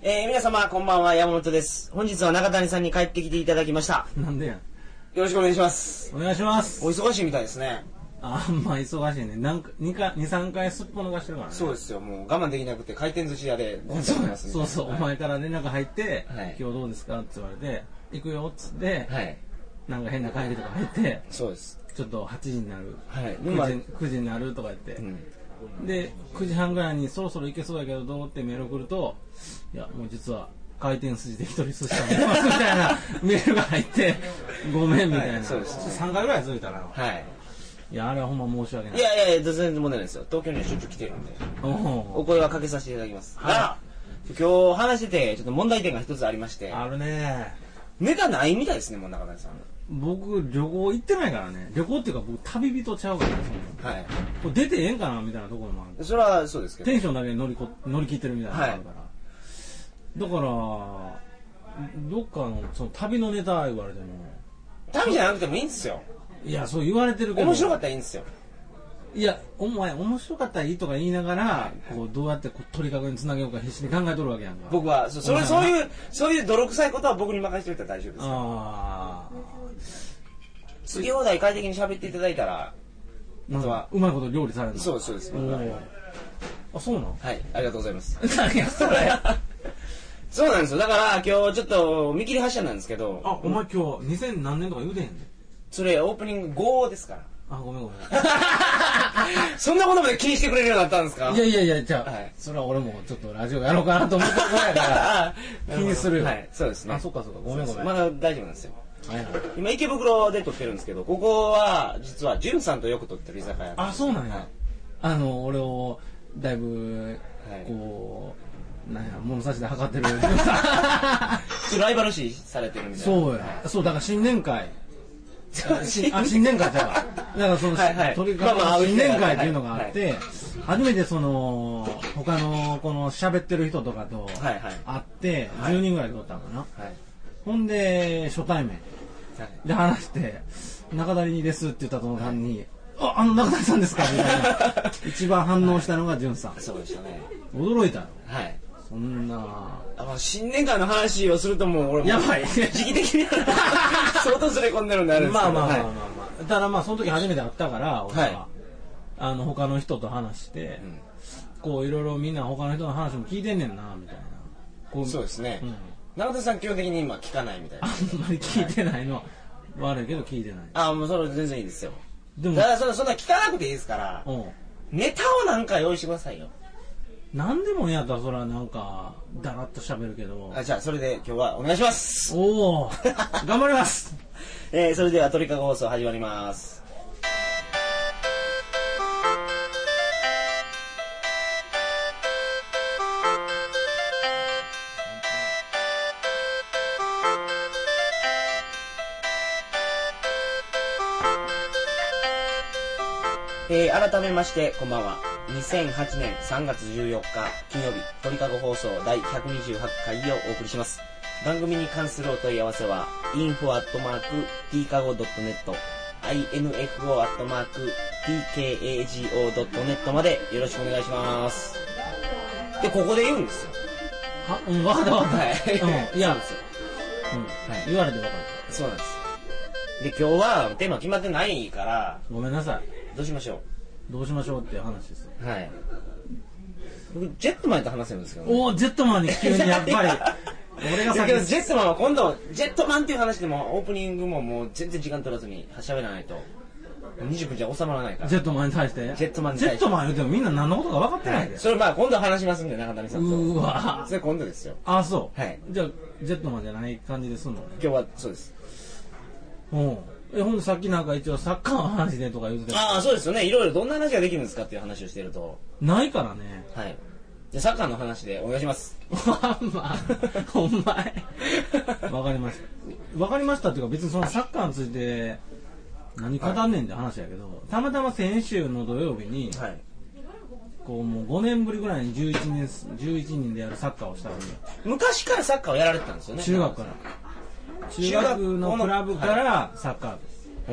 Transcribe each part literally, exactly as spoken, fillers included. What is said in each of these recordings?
えー、皆様こんばんは、山本です。本日は中谷さんに帰ってきていただきました。 なんでや。 よろしくお願いします。 お願いします。 お忙しいみたいですね。 あんま忙しいね。なんかにかいさんかいすっぽ逃してるからね。 そうですよ。もう我慢できなくて回転寿司屋で飲んでますんで。 そうそう、はい、お前から連絡入って、 はい、 今日どうですかって言われて、行くよっつって、 はい、 なんか変な会議とか入って、 そうです。 ちょっとはちじになる、 はい、 くじ、くじになるとか言って、うん、でくじはんぐらいにそろそろ行けそうやけどどうってメール送ると、いやもう実は回転寿司で一人寿司食べてますみたいなメールが入ってごめんみたいな、はい、そうです、ね、さんかいぐらい続いたな。はい。いやあれはほんま申し訳ない。 いやいやいや全然問題ないですよ。東京にはしょっちゅう来てるんでお声はかけさせていただきます。はい、今日話しててちょっと問題点が一つありまして。 あるね。 ネタないみたいですね。もう中谷さん僕旅行行ってないからね。旅行っていうか僕旅人ちゃうからね。はい。これ出てええんかなみたいなところもある。 それはそうですけど。 テンションだけ乗りこ乗り切ってるみたいなのがあるから。はい、だからどっかのその旅のネタ言われても。 旅じゃなくてもいいんですよ。 いやそう言われてるけど。 面白かったらいいんですよ。 いやお前面白かったらいいとか言いながらこうどうやってこう鳥かごにつなげようか必死に考えとるわけやんか。僕はそそれそういうそういう泥臭いことは僕に任せておいたら大丈夫です。ああ。好き放題快適に喋っていただいたら、 まずはうまいこと料理されるの。 そうそうです。 あ、そうなの？ はい、ありがとうございます。何やそれ。そうなんですよ。だから今日ちょっと見切り発車なんですけど。 あ、お前今日にせん何年とか言うてへんねん。 それオープニングごですから。 あ、ごめんごめん。 そんなことまで気にしてくれるようになったんですか？ いやいやいや、じゃあ、はい、それは俺もちょっとラジオやろうかなと思ってるぐらいだから気にするよ。 はい、そうですね。 あ、そっかそっか、ごめんごめん。 まだ大丈夫なんですよ。はいはい、今池袋で撮ってるんですけど、ここは実はじゅんさんとよく撮ってる居酒屋。 あ、そうなんや。はい、あの俺をだいぶこう、はい、なんや物差しで測ってる。 ライバル視されてるみたいな。 そうや。そうだから新年会。あ新年会じゃん。だからそのとにかく新年会っていうのがあって、初めてその他のこの喋ってる人とかと会ってじゅうにんぐらいで撮ったのかな。ほんで初対面で話して中谷ですって言った途端に、あ、あの中谷さんですかみたいな一番反応したのがじゅんさん。 そうでしたね。 驚いたよ。 はい。 そんなあ新年会の話をするともう俺もやばい時期的に相当ずれ込んでるんであるんですけど。 まあまあまあまあまあ。ただまあその時初めて会ったから俺はあの他の人と話してこういろいろみんな他の人の話も聞いてんねんなみたいな。 こうそうですね。中田さん基本的に今聞かないみたいな。 あんまり聞いてないの悪いけど聞いてない。 あもうそれ全然いいですよ。でもだからそんなそんな聞かなくていいですからネタをなんか用意してくださいよ。 何でもねやったらそれはなんかだらっと喋るけど。 あじゃあそれで今日はお願いします。 おお頑張ります。 えー、それでは鳥かご放送始まります。えー、改めましてこんばんは。にせんはちねんさんがつじゅうよっか金曜日鳥かご放送だいひゃくにじゅうはちかいをお送りします。番組に関するお問い合わせは インフォ アットマーク ティーカゴ ドットネット インフォ アットマーク ティーケーエージーオー ドットネット までよろしくお願いします。でここで言うんですよ。 はうん分かった分かった。はい。うん、いやそうですよ。 うん、はい、言われて分かった。 そうなんです。で今日はテーマ決まってないからごめんなさい。 どうしましょう。 どうしましょうっていう話ですよ。 はい。僕ジェットマンと話せるんですけど、ね。 おおジェットマンに急にやっぱり。俺が先に。ジェットマンは今度ジェットマンっていう話でもオープニングももう全然時間取らずに喋らないとにじゅっぷんじゃ収まらないから。 ジェットマンに対して。 ジェットマンに対して。 ジェットマン言うてもみんな何のことか分かってないで。はい、 それまあ今度話しますんで中谷さんと。 うわ。 それ今度ですよ。 あそう。 はい。 じゃあジェットマンじゃない感じですんのね。 今日はそうです。 うん。えほんとさっきなんか一応サッカーの話でとか言ってた。 ああそうですよね。いろいろどんな話ができるんですかっていう話をしてるとないからね。 はい。じゃあサッカーの話でお願いします。 お前わかりましたわかりましたっていうか別にそのサッカーについて何語んねんって話やけど、はい、たまたま先週の土曜日に、はい、こうもうごねんぶりぐらいにじゅういちにんじゅういちにんでやるサッカーをしたわけ。 昔からサッカーをやられてたんですよね。 中学から中学のクラブからサッカーです、 はい、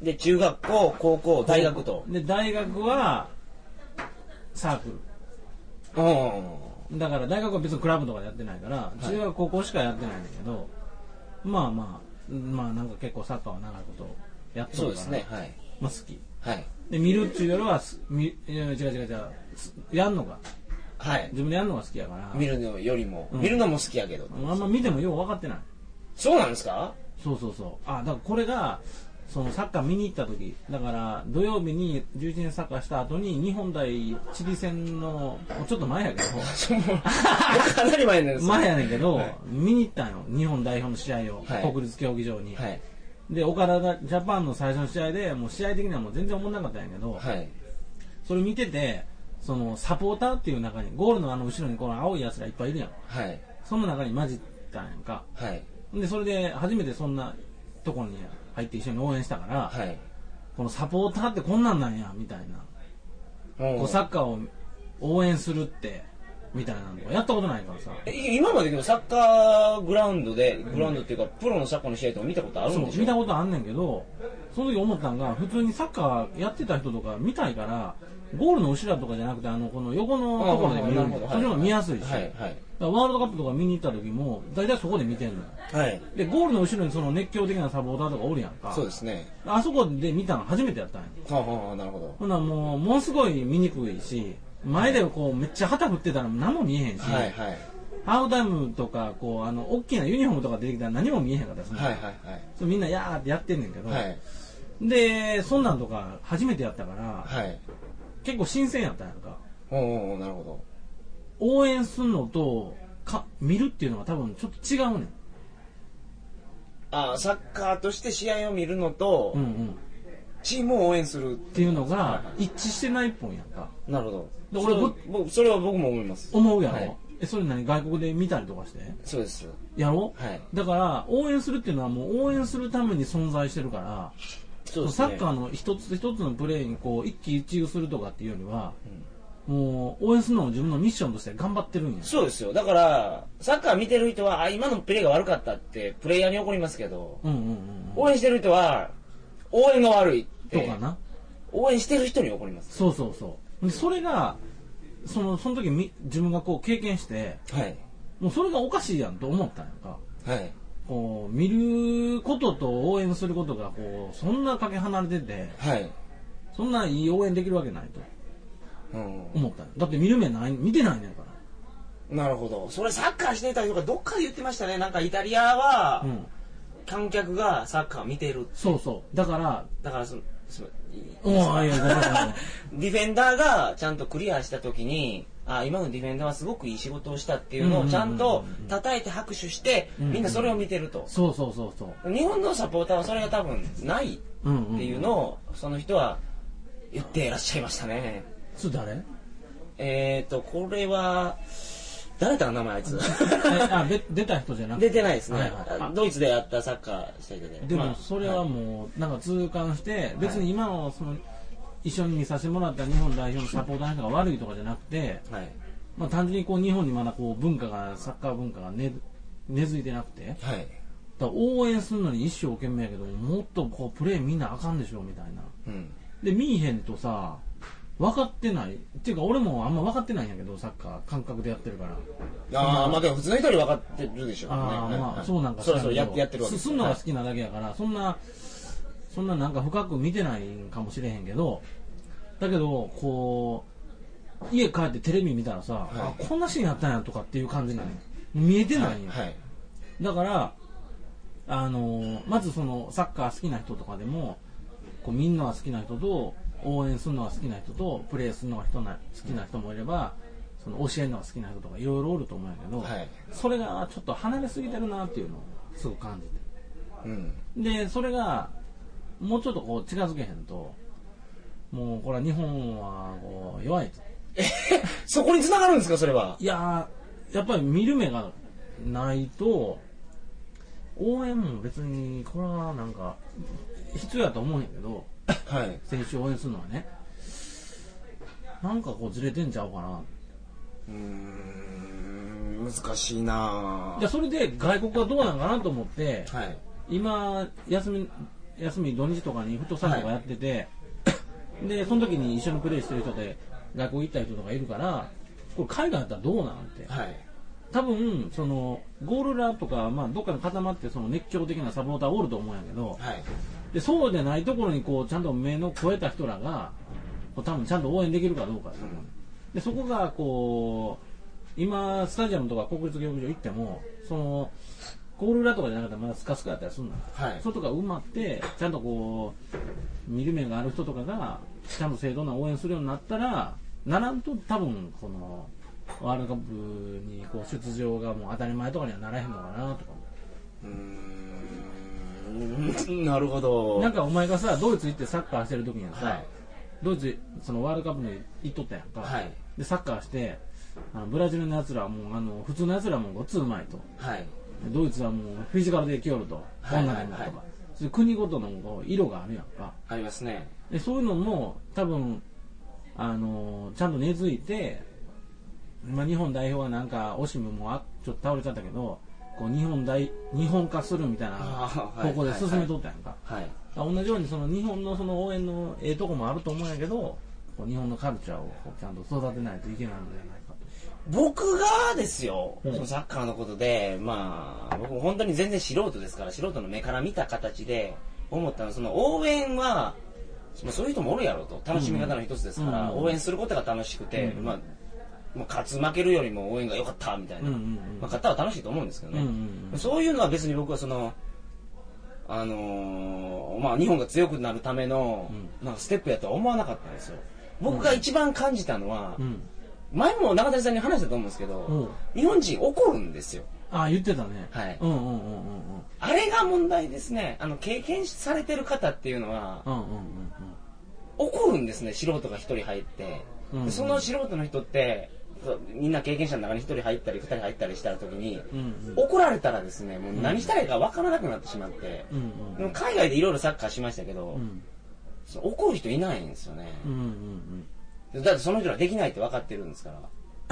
で中学校高校大学とで大学はサークルだから大学は別にクラブとかでやってないから、中学高校しかやってないんだけど、まあまあまあなんか結構サッカーは長いことやってるから、そうですね、はい、まあ好き、はい、で見るっていうよりはみ違う違う違う違うやんのが、はい、自分でやるのが好きやから、 見るのよりも、うん、見るのも好きやけど、 あんま見てもよう分かってない。 そうなんですか？ そうそうそう。あ、だからこれがそのサッカー見に行った時、だから土曜日にじゅういちねんサッカーした後に日本対チリ戦のちょっと前やけどかなり前なんです前やねんけど、はい、見に行ったんよ、日本代表の試合を、はい、国立競技場に、はい、で岡田ジャパンの最初の試合でもう試合的にはもう全然思んなかったんやけど、はい、それ見てて、そのサポーターっていう中にゴールのあの後ろにこの青いやつらいっぱいいるやん、はい、その中に混じったんやんか、はい、でそれで初めてそんなところに入って一緒に応援したから、はい、このサポーターってこんなんなんやみたいな、こうサッカーを応援するってみたいなのやったことないからさ。 今まででもサッカーグラウンドでグラウンドっていうか、うん、プロのサッカーの試合とか見たことあるんでしょ？ そう見たことあんねんけど、その時思ったんが、普通にサッカーやってた人とか見たいから、ゴールの後ろとかじゃなくて、あのこの横のところで見るの、それの方が見やすいし、はいはい、ワールドカップとか見に行った時も大体そこで見てんのよ、はい、でゴールの後ろにその熱狂的なサポーターとかおるやんか。 そうですね。 あそこで見たの初めてやったんや。 はあ、なるほど。 ほなもうものすごい見にくいし、前でこうめっちゃ旗振ってたら何も見えへんし、はいはい、ハーフタイムとかこうあの大きなユニフォームとか出てきたら何も見えへんかったですね、はいはいはい、そみんなやーってやってんねんけど、はい、でそんなんとか初めてやったから、はい、結構新鮮やったんやんか。 おお、なるほど。 応援するのとか見るっていうのが多分ちょっと違うねん。 ああ、サッカーとして試合を見るのと、うんうん、チームを応援するっていうのが一致してないっぽいやんか。 なるほど。で俺そ, それは僕も思います。 思うやろ、はい、えそれ何外国で見たりとかして？ そうです。 やろ、はい、だから応援するっていうのはもう応援するために存在してるから、そうですね、サッカーの一つ一つのプレーにこう一喜一憂するとかっていうよりは、うん、もう応援するのも自分のミッションとして頑張ってるんや。 そうですよ。だからサッカー見てる人はあ今のプレーが悪かったってプレイヤーに怒りますけど、うんうんうんうん、応援してる人は応援が悪いってとかな、応援してる人に怒ります。 そうそうそう。でそれがそのその時み自分がこう経験して、はい、もうそれがおかしいやんと思ったんやんか。はい。こう見ることと応援することがこうそんなかけ離れてて、はい、そんないい応援できるわけないと、うん、思ったんや。だって見る目ない見てないねんから。 なるほど。それサッカーしてた人がどっかで言ってましたね。なんかイタリアは、うん、観客がサッカーを見てるって。 そうそうだからだからそのおいやディフェンダーがちゃんとクリアした時にあ今のディフェンダーはすごくいい仕事をしたっていうのをちゃんと叩いて拍手してみんなそれを見てると。 そうそうそうそう日本のサポーターはそれが多分ないっていうのをその人は言っていらっしゃいましたね。 それ誰？ えっとこれは誰だ名前あいつあ出た人じゃなくて出てないですね、はいはい、ドイツでやったサッカーした人で。 でもそれはもうなんか痛感して別に今のその一緒に見させてもらった日本代表のサポーターの人が悪いとかじゃなくて、はい、まあ単純にこう日本にまだこう文化がサッカー文化が 根, 根付いてなくて、はい、だ応援するのに一生懸命やけどもっとこうプレー見なあかんでしょみたいな、うん、で見いへんとさ分かってないっていうか俺もあんま分かってないんやけどサッカー感覚でやってるから。 ああまあでも普通の人より分かってるでしょうね。 ああまあそうなんかそろそろやってやってるわけです。 すんのが好きなだけやから、はい、そんなそんななんか深く見てないかもしれへんけど、だけどこう家帰ってテレビ見たらさ、はい、あこんなシーンやったんやとかっていう感じなの見えてないんよ、はいはい、だからあのまずそのサッカー好きな人とかでもこうみんなは好きな人と応援するのが好きな人とプレーするのが人な好きな人もいれば、その教えるのが好きな人とかいろいろおると思うんやけど、はい、それがちょっと離れすぎてるなっていうのをすごく感じて、うん、でそれがもうちょっとこう近づけへんともうこれは日本はこう弱いと。 えそこに繋がるんですかそれは。 いややっぱり見る目がないと応援も別にこれはなんか必要やと思うんやけど、はい、選手を応援するのはねなんかこうずれてんちゃうかな。 うーん難しいな。 じゃそれで外国はどうなんかなと思って、はい、今休み休み土日とかにフットサルとかやってて、はい、でその時に一緒にプレーしてる人で外国行った人とかいるからここれ海外だったらどうなんて、はい、多分そのゴールラとか、まあ、どっかに固まってその熱狂的なサポーターおると思うんやけど、はい、でそうでないところにこうちゃんと目の超えた人らが多分ちゃんと応援できるかどうか、うん、でそこがこう今スタジアムとか国立競技場行ってもそのゴール裏とかじゃなかったらまだスカスカやったりするの、はい、外が埋まってちゃんとこう見る目がある人とかがちゃんと正当な応援するようになったらならんと多分このワールドカップにこう出場がもう当たり前とかにはならへんのかなとか。 うーんなるほど。 なんかお前がさドイツ行ってサッカーしてる時にはさ、はい、ドイツそのワールドカップに行っとったやんか、はい、でサッカーしてあのブラジルのやつらはもうあの普通のやつらはもうごっつうまいと、はい、ドイツはもうフィジカルで来よると、はいはいはい、女でもとか、それ国ごとの色があるやんか。 ありますね。 でそういうのも多分あのちゃんと根付いて、まあ、日本代表はなんかオシムもあちょっと倒れちゃったけどこう日本大日本化するみたいな方向で進めとったやんか、はいはいはい、同じようにその日本のその応援のええとこもあると思うんやけどこう日本のカルチャーをちゃんと育てないといけないのではないかと。 僕がですよ、うん、そのサッカーのことでまあ僕本当に全然素人ですから素人の目から見た形で思ったのはその応援はそういう人もおるやろうと楽しみ方の一つですから、うん、応援することが楽しくて、うんまあまあ、勝つ負けるよりも応援が良かったみたいな、うんうんうんまあ、勝ったは楽しいと思うんですけどね、うんうんうん、そういうのは別に僕はそのあのー、まあ日本が強くなるためのなんかステップやとは思わなかったんですよ。僕が一番感じたのは、うん、前も中谷さんに話したと思うんですけど、うん、日本人怒るんですよ。 ああ言ってたね。 はい。うんうんうんうんうん。あれが問題ですね。あの経験されてる方っていうのは、うんうんうんうん、怒るんですね。素人が一人入って、うんうん、その素人の人ってみんな経験者の中に一人入ったり二人入ったりした時に、うんうん、怒られたらですね、もう何したらいいか分からなくなってしまって、うんうん、でも海外でいろいろサッカーしましたけど、うん、怒る人いないんですよね。うんうんうん、だってその人はできないって分かってるんですから。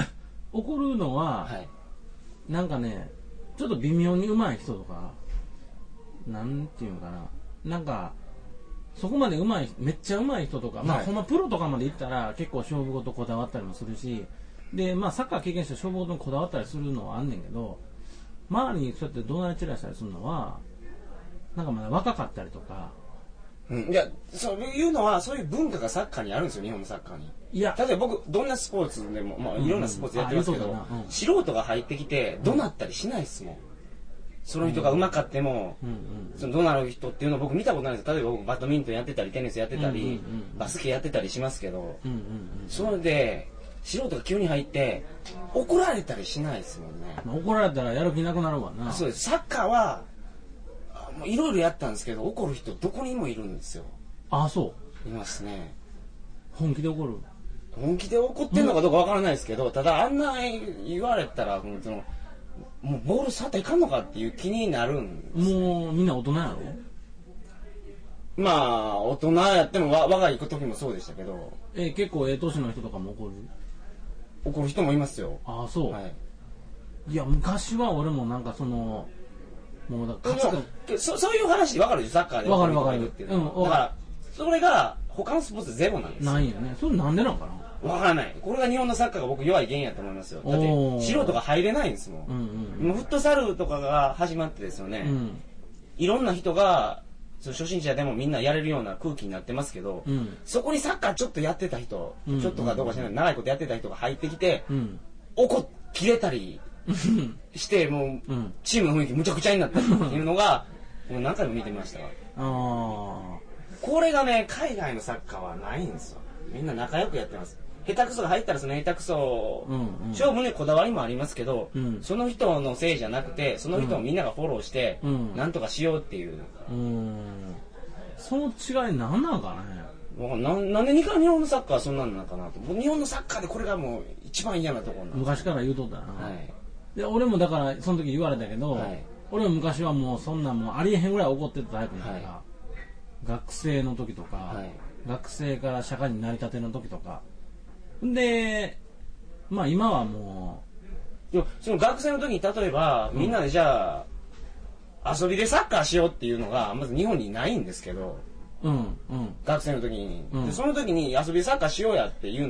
怒るのは。はいなんかね、ちょっと微妙に上手い人とか、なんていうのかな、なんか、そこまで上手い、めっちゃ上手い人とか、はい、まあ、ほんまプロとかまで行ったら結構勝負事こだわったりもするし、で、まあ、サッカー経験して勝負事にこだわったりするのはあんねんけど、周りにそうやって怒鳴り散らしたりするのは、なんかまだ若かったりとか、 うん、いやそういうのはそういう文化がサッカーにあるんですよ日本のサッカーに。いや例えば僕どんなスポーツでも、まあ、いろんなスポーツやってますけど、うんうんうん、素人が入ってきて怒鳴ったりしないですもん、うん、その人が上手かっても、うんうん、その怒鳴る人っていうのを僕見たことないです。例えば僕バドミントンやってたりテニスやってたり、うんうんうん、バスケやってたりしますけど、うんうんうん、それで素人が急に入って怒られたりしないですもんね、 まあ、怒られたらやる気なくなるわな。 そうです。サッカーはいろいろやったんですけど怒る人どこにもいるんですよ。 ああそういますね。 本気で怒る本気で怒ってんのかどうかわからないですけど、うん、ただあんな言われたらそのもうボール触ったらいかんのかっていう気になるんです、 ね、もうみんな大人やろ。 まあ大人やっても若い時もそうでしたけどえ結構ええ年の人とかも怒る怒る人もいますよ。 ああそう、はい、いや昔は俺もなんかそのもうだからそそういう話で分かるでしょサッカーで分かる分かるっていうのは、うん、だからそれが他のスポーツゼロなんですよ。 ないよね。それなんでなんかな分からない。これが日本のサッカーが僕弱い原因やと思いますよ。だって素人が入れないんですもん、うんうん、フットサルとかが始まってですよね、うん、いろんな人が初心者でもみんなやれるような空気になってますけど、うん、そこにサッカーちょっとやってた人、うん、ちょっとかどうか知らない長いことやってた人が入ってきて、うん、怒っ切れたりしてもう、うん、チームの雰囲気むちゃくちゃになったっていうのがもう何回も見てましたわ。あこれがね海外のサッカーはないんですよ。みんな仲良くやってます。下手くそが入ったらその下手くそ、うんうん、勝負にこだわりもありますけど、うん、その人のせいじゃなくてその人をみんながフォローして、うん、なんとかしようっていう、うん、 その違い何なんかね。な, なんで日本のサッカーはそんなんなのかなと。日本のサッカーでこれがもう一番嫌なところなんです。 昔から言うとったな、はい、で俺もだからその時言われたけど、はい、俺も昔はもうそんなもうありえへんぐらい怒ってたタイプだから、はい、学生の時とか、はい、学生から社会になりたての時とかでまあ今はもうでもその学生の時に例えば、うん、みんなでじゃあ遊びでサッカーしようっていうのがまず日本にないんですけど、うんうん、学生の時に、うん、でその時に遊びでサッカーしようやっていうのを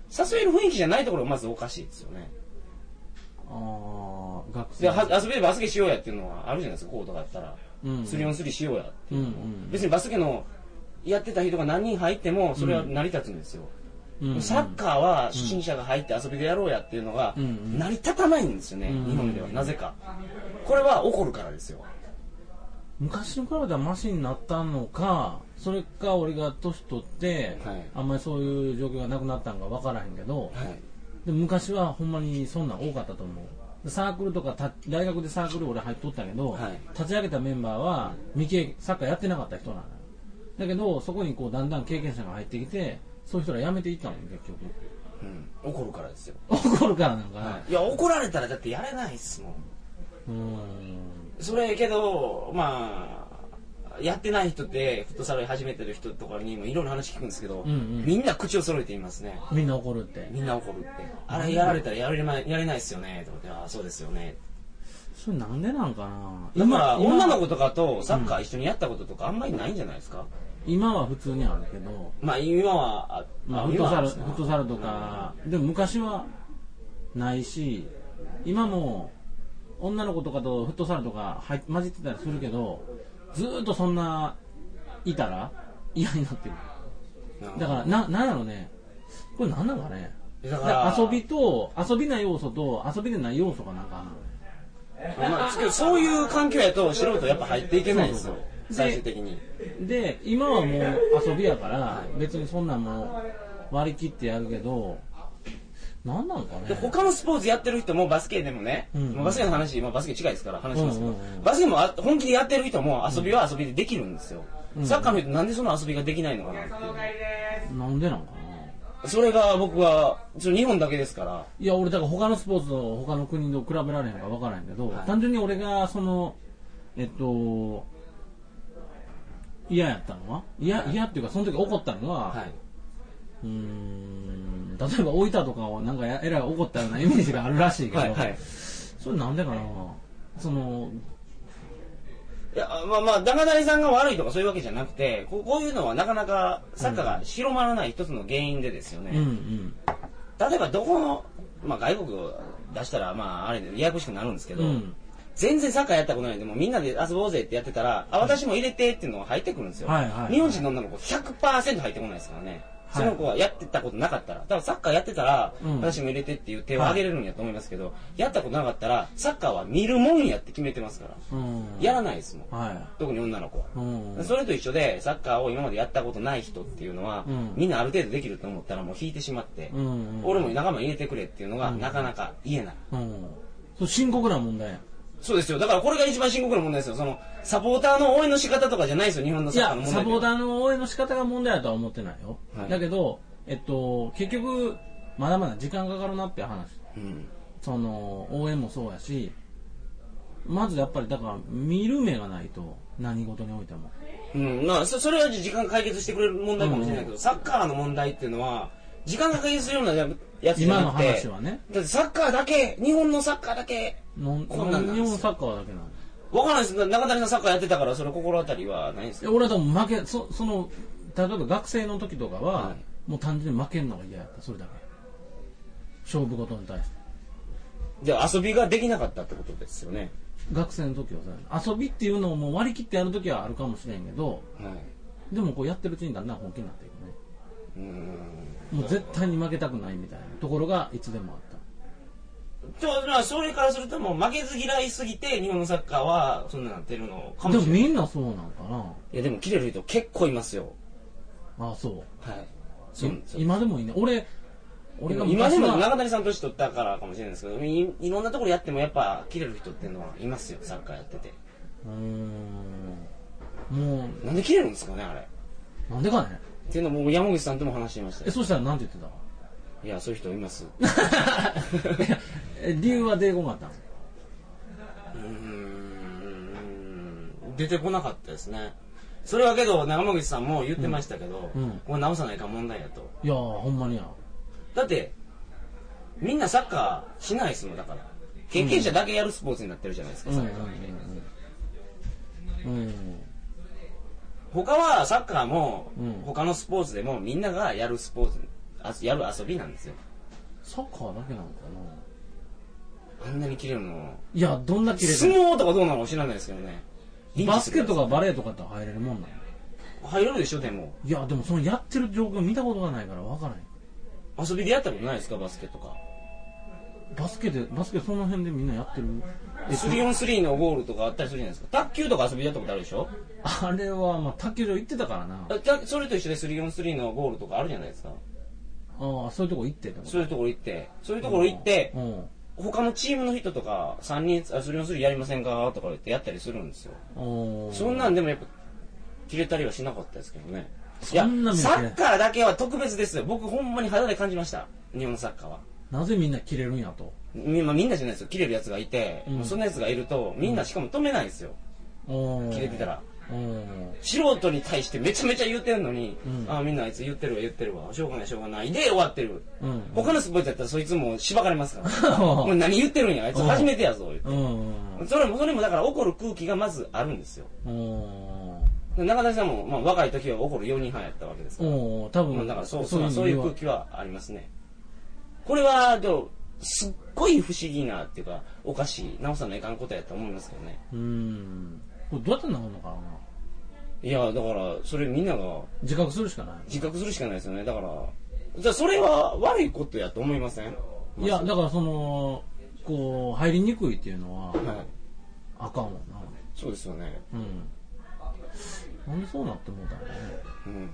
誘える雰囲気じゃないところがまずおかしいですよね。 ああ、学生では遊べればバスケしようやっていうのはあるじゃないですか、コートがあったら、 うんうん、 スリーオンスリーしようやっていうのも、 うんうん、 別にバスケのやってた人が何人入ってもそれは成り立つんですよ、うんうん、サッカーは初心者が入って遊びでやろうやっていうのが成り立たないんですよね、うんうん、日本ではなぜか。これは起こるからですよ。 昔に比べたらマシになったのか、それか俺が年取って、はい、あんまりそういう状況がなくなったのか分からへんけど、はい、で昔はほんまにそんなん多かったと思う。サークルとか大学でサークル俺入っとったけど、はい、立ち上げたメンバーは未経サッカーやってなかった人なの。だけどそこにこうだんだん経験者が入ってきて、そういう人ら辞めていったの結局、 うん、怒るからですよ。 怒るからなんかな、 はい、いや怒られたらだってやれないっすもん。うーん、それけどまあやってない人ってフットサル始めてる人とかにもいろいろ話聞くんですけど、うんうん、みんな口を揃えて言いますね。 みんな怒るってみんな怒るってあれやられたらやれまやれないっすよねとかって、ああそうですよね。 それなんでなんかな。だから女の子とかとサッカー一緒にやったこととかあんまりないんじゃないですか、 うん、今は普通にあるけど、 まあ今は、 まあ、フットサル、フットサルとか、うん、でも昔はないし、今も女の子とかとフットサルとか入混じってたりするけど、ずーっとそんないたら嫌になってる。だからな、なんやろね、これなんなのかね。だから遊びと遊びない要素と遊びでない要素がなんかあるのね。 まあ、そういう環境やと素人やっぱ入っていけないんですよ。そうそうそう、最終的に。 で今はもう遊びやから別にそんなんも割り切ってやるけど、なんなのかね。 で他のスポーツやってる人もバスケでもね、うんうん、バスケの話、まあ、バスケ近いですから話しますけど、うんうんうん、バスケも本気でやってる人も遊びは遊びでできるんですよ、うんうん、サッカーの人なんでその遊びができないのかなっていう。 なんでなのかな。 それが僕はそれ日本だけですから。 いや俺だから他のスポーツと他の国と比べられへんか分からへんけど、はい、単純に俺がそのえっと嫌やったのは嫌、はい、っていうかその時怒ったのは、はい、うーん、例えば大分とかをなんかえらい怒ったようなイメージがあるらしいけどはい、はい、それなんでかな。そのいやまあまあ中谷さんが悪いとかそういうわけじゃなくて、こう、こういうのはなかなかサッカーが広まらない一つの原因でですよね、うんうん、例えばどこの、まあ、外国を出したらまああれでややこしくなるんですけど、うん、全然サッカーやったことないんでもみんなで遊ぼうぜってやってたら、あ私も入れてっていうのが入ってくるんですよ、はいはいはい、日本人の女の子 ひゃくパーセント 入ってこないですからね。その子はやってたことなかったら、多分サッカーやってたら、うん、私も入れてっていう手を挙げれるんやと思いますけど、はい、やったことなかったらサッカーは見るもんやって決めてますから、うん、やらないですもん、はい、特に女の子は、うん、それと一緒でサッカーを今までやったことない人っていうのは、うん、みんなある程度できると思ったらもう引いてしまって、うんうん、俺も仲間入れてくれっていうのがなかなか言えない、うんうん、 そう深刻な問題や。 そうですよ。だからこれが一番深刻な問題ですよ。そのサポーターの応援の仕方とかじゃないですよ、日本のサッカーの問題。 いや、サポーターの応援の仕方が問題だとは思ってないよ、はい、だけどえっと、結局まだまだ時間かかるなっていう話、うん、その応援もそうやし、まずやっぱりだから見る目がないと何事においても、 うん、まあ そ, それは時間解決してくれる問題かもしれないけど、うんうん、サッカーの問題っていうのは時間が解決するようなやつじゃなくて、今の話はね、だってサッカーだけ、日本のサッカーだけこんなんなんですよ。 日本サッカーだけなの分からないです。中谷さんサッカーやってたからそれ心当たりはないんですか。 俺は多分負け そ, その例えば学生の時とかは、はい、もう単純に負けるのが嫌やった。それだけ勝負事に対して。 じゃあ遊びができなかったってことですよね。 学生の時はさ、遊びっていうのをもう割り切ってやる時はあるかもしれんけど、はい、でもこうやってるうちにだんだん本気になっていくね。うーん、もう絶対に負けたくないみたいなところがいつでもあった。 まあ、それからするともう負けず嫌いすぎて日本のサッカーはそんななってるのかもしれない。 でもみんなそうなんかな。 いやでも切れる人結構いますよ。 ああそう。 はい。 そう今でもいいね。俺俺が今でも中谷さん年取ったからかもしれないですけど、い, いろんなところやってもやっぱ切れる人っていうのはいますよ、サッカーやってて。うーん。もうなんで切れるんですかねあれ。 なんでかね。 っていうのも山口さんとも話してましたよ。 え、そうしたらなんて言ってた。 いやそういう人います。 理由は出てこなかったの。 うーん、出てこなかったですね。それはけど山口さんも言ってましたけど、うんうん、これ直さないか問題やと。 いやーほんまにや。 だってみんなサッカーしないですもん。だから経験者だけやるスポーツになってるじゃないですか、うん、サッカーって、うんうんうん、他はサッカーも、うん、他のスポーツでもみんながやるスポーツやる遊びなんですよ。 サッカーだけなのかな。あんなに切れるの。 いや、どんな切れるの。 相撲とかどうなのか知らないですけどね。 バスケとかバレーとかって入れるもんなの。 入れるでしょでも。 いやでもそのやってる状況見たことがないから分からない。 遊びでやったことないですかバスケとか。 バスケでバスケその辺でみんなやってる。 スリーオンスリーのゴールとかあったりするじゃないですか。卓球とか遊びでやったことあるでしょ。 あれはまあ卓球場行ってたからな。 それと一緒でスリーオンスリーのゴールとかあるじゃないですか。 ああ、そういうとこ行ってた。 そういうところ行ってそういうところ行って、うん、他のチームの人とかさんにんスリーオンスリーやりませんかとか言ってやったりするんですよ。そんなんでもやっぱ切れたりはしなかったですけどね。いやサッカーだけは特別ですよ。僕ほんまに肌で感じました。日本のサッカーはなぜみんな切れるんやと。 み,、まあ、みんなじゃないですよ。切れるやつがいて、うん、そんなやつがいるとみんなしかも止めないんですよ、うん、切れてたら素人に対してめちゃめちゃ言ってるのに、うん、ああみんなあいつ言ってるわ言ってるわしょうがないしょうがないで終わってる、うん、他のスポーツやったらそいつもしばかれますからもう何言ってるんやあいつ初めてやぞ言って、うん、それもそれもだから怒る空気がまずあるんですよ。中谷さんも、まあ、若い時は怒るよにんはんやったわけですから多分、まあ、だからそうそう、そういう空気はありますね。これはでもすっごい不思議なっていうかおかしい直さないかんことやと思いますけどね。 うーんこれどうやって直るのかな。 いやだからそれみんなが自覚するしかない自覚するしかないですよね。だからじゃあそれは悪いことやと思いません。 いやだからそのこう入りにくいっていうのは、はい、あかんわな。 そうですよね。うんなんでそうなって思うたんだね。うん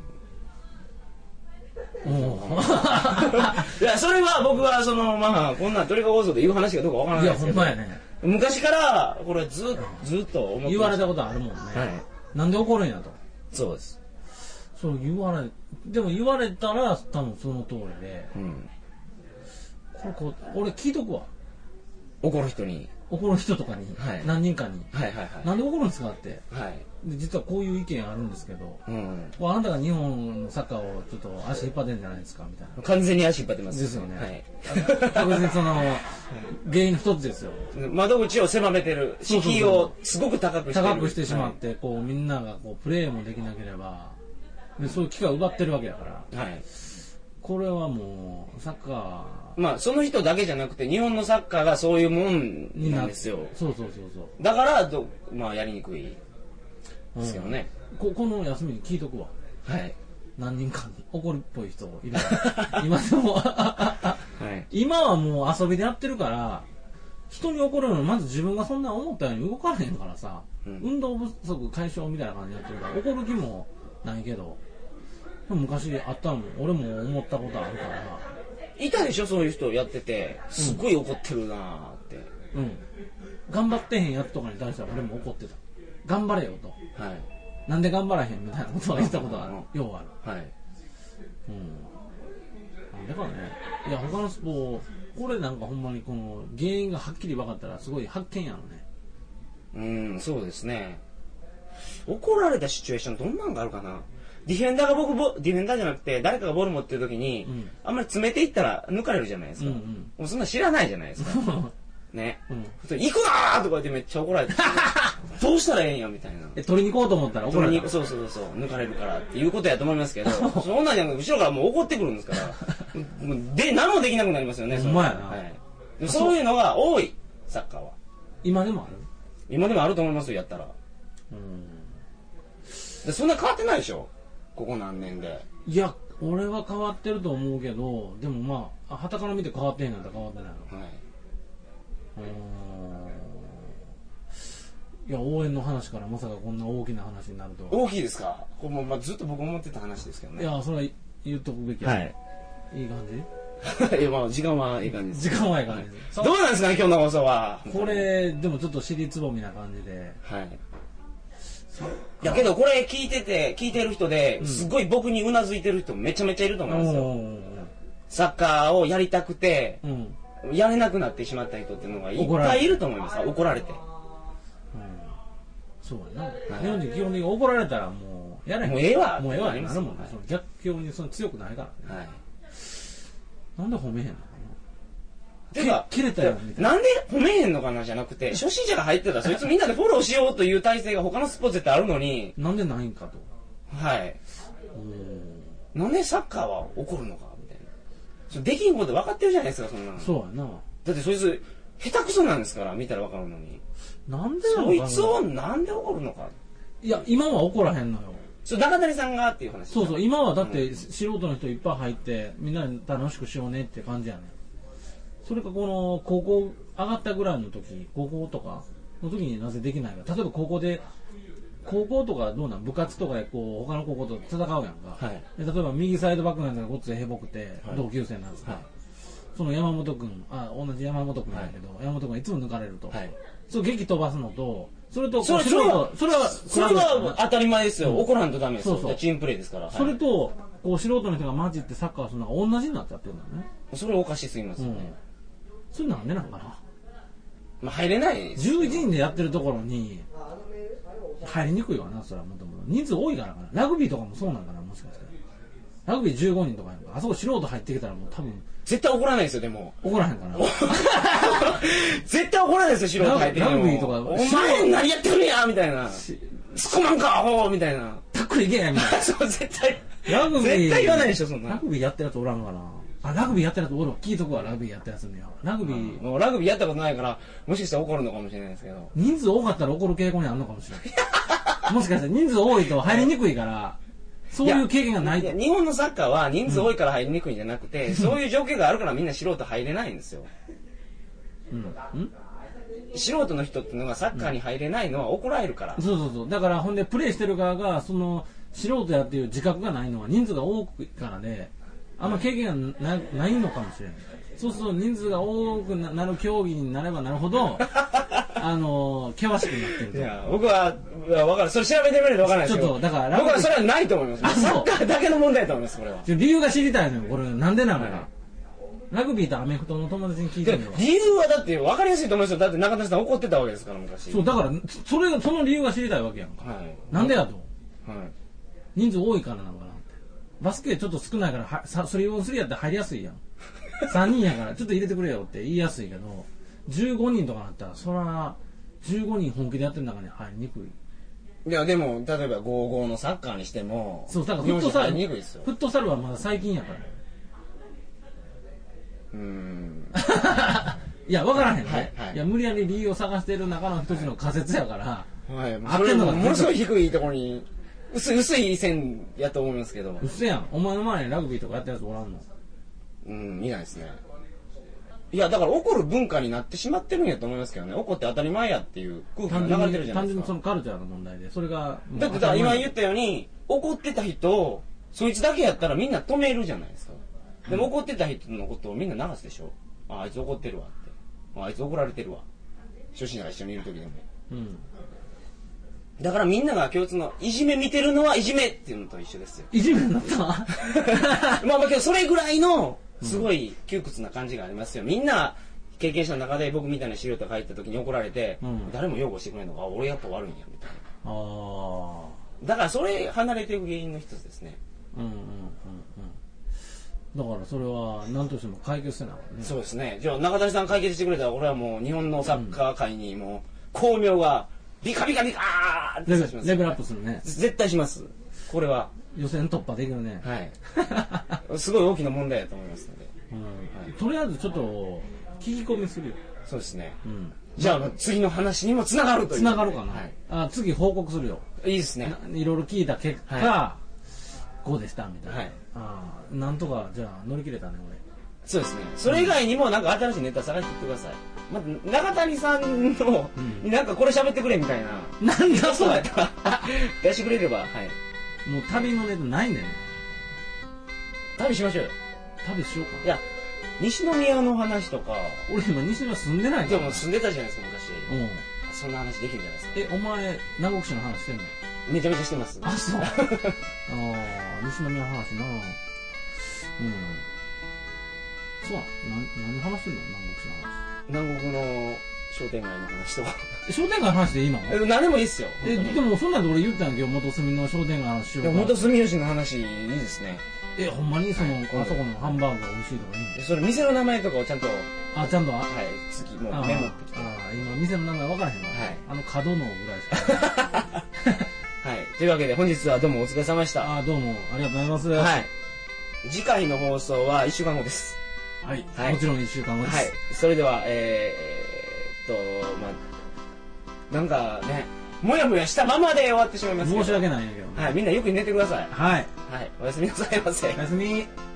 いやそれは僕はそのまあこんなトリカゴ放送で言う話がどうかわからないですけど。いやほんまやね。昔からこれずっとずっと思って言われたことあるもんね。はい、なんで怒るんやと。 そうです。 そう言われでも言われたら多分その通りで。うん、これこう俺聞いとくわ。 怒る人に。 怒る人とかに、はい、何人かに、 はいはいはい、 なんで怒るんですかって、 はい、 で実はこういう意見あるんですけど、うんうん、あなたが日本のサッカーをちょっと足引っ張ってんじゃないですかみたいな。 完全に足引っ張ってますですよね。はい、別にその原因一つですよ。 窓口を狭めてる、敷居をすごく高くしてる高くしてしまって、はい、こうみんながこうプレーもできなければでそういう機会を奪ってるわけだから、はい、これはもうサッカーまあその人だけじゃなくて日本のサッカーがそういうもんなんですよ。 そうそうそうそうだからどまあやりにくいですけどね、 うん、こ, この休みに聞いとくわ。はい何人かに怒るっぽい人いる今でも、はい、今はもう遊びでやってるから人に怒るのまず自分がそんな思ったように動かれへんからさ、うん、運動不足解消みたいな感じでやってるから怒る気もないけど昔あったもん。俺も思ったことあるからいたでしょそういう人やっててすごい怒ってるなーって、 うん、頑張ってへんやつとかに対しては俺も怒ってた。頑張れよと、はい、なんで頑張らへんみたいなことは言ったことがある、うん、ようある、はい、うん、だからねいや他のスポこれなんかほんまにこの原因がはっきり分かったらすごい発見やろね。 うんそうですね。怒られたシチュエーションどんなんがあるかな。ディフェンダーが僕ボディフェンダーじゃなくて誰かがボール持ってる時に、うん、あんまり詰めていったら抜かれるじゃないですか、うんうん、もうそんな知らないじゃないですかね、うん、行くなーとか言ってめっちゃ怒られてどうしたらええんやみたいな。 え取りに行こうと思ったら怒られた。 そうそうそう抜かれるからっていうことやと思いますけどそんなんじゃなく後ろからもう怒ってくるんですからもうで何もできなくなりますよね。 ほんまやな、 はい、そういうのが多いサッカーは。 今でもある今でもあると思いますよやったら。うんでそんな変わってないでしょここ何年で。いや俺は変わってると思うけどでもまあ傍から見て変わってへんなんて変わってないの。はい、うんいや応援の話からまさかこんな大きな話になると。 大きいですか。これもまあずっと僕思ってた話ですけどね。 いやそれは言っとくべきや、はい、いい感じいやまあ時間はいい感じです。 時間はいい感じです、 はい、どうなんですかね今日の放送は。 これでもちょっと尻つぼみな感じで。はいいやけどこれ聞いてて聞いてる人ですごい僕にうなずいてる人めちゃめちゃいると思いますよ、うん、サッカーをやりたくて、うん、やれなくなってしまった人っていうのがいっぱいいると思います。怒られて、うん、 そうやな、はい、日本人基本的に怒られたらもうやれへん。 もうええわもうええわってなるもんね、はい、その逆境にその強くないからね、はい、なんで褒めへんのてか切れたよみたいな。なんで褒めへんのかなじゃなくて初心者が入ってたらそいつみんなでフォローしようという体制が他のスポーツってあるのになんでないんかと。 はいなんでサッカーは怒るのかみたいな。 できんこと分かってるじゃないですか、そんなの。 そうやな。 だってそいつ、下手くそなんですから、見たら分かるのに。 なんでなのかな。 そいつをなんで怒るのか。 いや、今は怒らへんのよ。 そう、中谷さんがっていう話。 そうそう、今はだって素人の人いっぱい入って、みんなで楽しくしようねって感じやねん。それかこの、高校上がったぐらいの時、高校とかの時になぜできないか。例えば高校で、高校とかどうなん部活とかでこう他の高校と戦うやんか、 はい、 で例えば右サイドバックなんかごっついへぼくて、はい、同級生なんですか、はい、その山本君、あ同じ山本君だけど、はい、山本君がいつも抜かれると、はい、そう劇飛ばすのとそれとそれそれはそれはそれは当たり前ですよ、うん、怒らんとダメですよ。そうそうチームプレーですから、はい、 それとこう素人の人が混じってサッカーするのが同じになっちゃってるんだよね。 それおかしすぎますよね、うん、 それなんでなんかな。 まあ入れないですよ。 じゅういちにんでやってるところに入りにくいわな、それはもともと。人数多いからかな。ラグビーとかもそうなんかな、もしかして。ラグビーじゅうごにんとかやんか。あそこ素人入ってきたらもう多分。 絶対怒らないですよ、でも。 怒らへんかな。 絶対怒らないですよ、素人入ってきたら。 ラグビーとか。 お前何やってるんやみたいな。突っ込まんか、アホみたいな。 タックルいけやみたいな。 そう、絶対。 ラグビー。 絶対言わないでしょ、そんな。 ラグビーやってるやつおらんかな。あ、ラグビーやってるやつおるわ。聞いとくわ、ラグビーやってるやつには。ラグビー。 もうラグビーやったことないから、もしかしたら怒るのかもしれないですけど。 人数多かったら怒る傾向にあるのかもしれない。もしかしたら人数多いと入りにくいから、そういう経験がないと。 いや、日本のサッカーは人数多いから入りにくいんじゃなくて、うん、そういう条件があるからみんな素人入れないんですよ。うん。ん素人の人っていうのがサッカーに入れないのは怒られるから。 うん、そうそうそう。だからほんでプレーしてる側が、その、素人やっていう自覚がないのは人数が多いからで、あんま経験が な, ないのかもしれない。そうすると人数が多くなる競技になればなるほど、あの険しくなってると。 いや僕は分かる。それ調べてみないと分からないですけど。ちょっとだから僕はそれはないと思います。サッカーだけの問題だと思います。これは。 理由が知りたいのよ。これなんでなのかな。はい、ラグビーとアメフトの友達に聞いてみよう。 理由はだって分かりやすいと思いますよ。だって中田さん怒ってたわけですから昔。 そうだからそれその理由が知りたいわけやんか。はい、なんでやと。はい、人数多いからなのかな。バスケちょっと少ないからはさ スリーオンスリー やって入りやすいやん。さんにんやからちょっと入れてくれよって言いやすいけど、じゅうごにんとかなったらそらじゅうごにん本気でやってる中に入りにくい。 いやでも例えばごたいごのサッカーにしても、 そうだからフットサル、フットサルはまだ最近やから。うーん。いや分からへんね、はいはい、いや無理やり理由を探している中の一つの仮説やから。 はい。あってんのがものすごい低いところに。薄い、薄い線やと思いますけど。 薄やん。お前の前にラグビーとかやったやつおらんの？ うん、見ないですね。いや、だから怒る文化になってしまってるんやと思いますけどね。怒って当たり前やっていう空気が流れてるじゃないですか。 単純にそのカルチャーの問題で、それが。 だってだから今言ったように、怒ってた人を、そいつだけやったらみんな止めるじゃないですか。でも怒ってた人のことをみんな流すでしょ。あ、あいつ怒ってるわって。あいつ怒られてるわ。初心者が一緒にいる時でも。うん。だからみんなが共通のいじめ見てるのはいじめっていうのと一緒ですよ。 いじめになったまあまあけどそれぐらいのすごい窮屈な感じがありますよ。みんな経験者の中で僕みたいな資料とか入った時に怒られて、うん、誰も擁護してくれんのか、俺やっぱ悪いんやみたいな。あだからそれ離れていく原因の一つですね。うんうんうんうん。だからそれは何としても解決せなかったね。 そうですね。じゃあ中谷さん解決してくれたら俺はもう日本のサッカー界にもう巧妙がビカビカビカーってします。 レベルアップするね。 絶対します。これは予選突破できるね。 はい。すごい大きな問題だと思いますので。 うんはい、とりあえずちょっと聞き込みするよ。 そうですね。うん、じゃあ次の話にもつながるという。 つながるかな。はい、あ次報告するよ。 いいですね。 いろいろ聞いた結果、はい、こうでしたみたいな。はい、あなんとかじゃあ乗り切れたね俺。 そうですね。それ以外にもなんか新しいネタ探していってください。まず中谷さんの、うん、なんかこれ喋ってくれみたいな。 なんだそれ。 出してくれれば、はい。 もう旅のネタないねん。 旅しましょうよ。 旅しようか。 いや、西宮の話とか。 俺今西宮住んでないから。 でも住んでたじゃないですか昔。うん。そんな話できるんじゃないですか。 え、お前南国市の話してんの？ めちゃめちゃしてます。 あ、そう。ああ、西宮の話な。うん。そうな、何話してんの南国市の話。 南国の商店街の話とか。 商店街の話でいいの？ え、何でもいいっすよ。 え、でもそんなんで俺言ったんやけど、元住の商店街の話しようか。 元住吉の話いいですね。 え、ほんまにその、はい、あそこのハンバーグが美味しいとかいいの？ それ店の名前とかをちゃんと。 あ、ちゃんとはい、 次もうメモってきて。 ああ、今店の名前分からへんわ。はい。あの角のぐらいしか。 はい。というわけで本日はどうもお疲れ様でした。 あ、どうもありがとうございます。 はい。次回の放送はいっしゅうかんごです。 はい、はい、もちろんいっしゅうかんごです。はい、 それではえー、っとまあなんかねもやもやしたままで終わってしまいますけど、 申し訳ないんやけど、 はい、みんなよく寝てください。 はい、 はい、おやすみなさいませ。 おやすみ。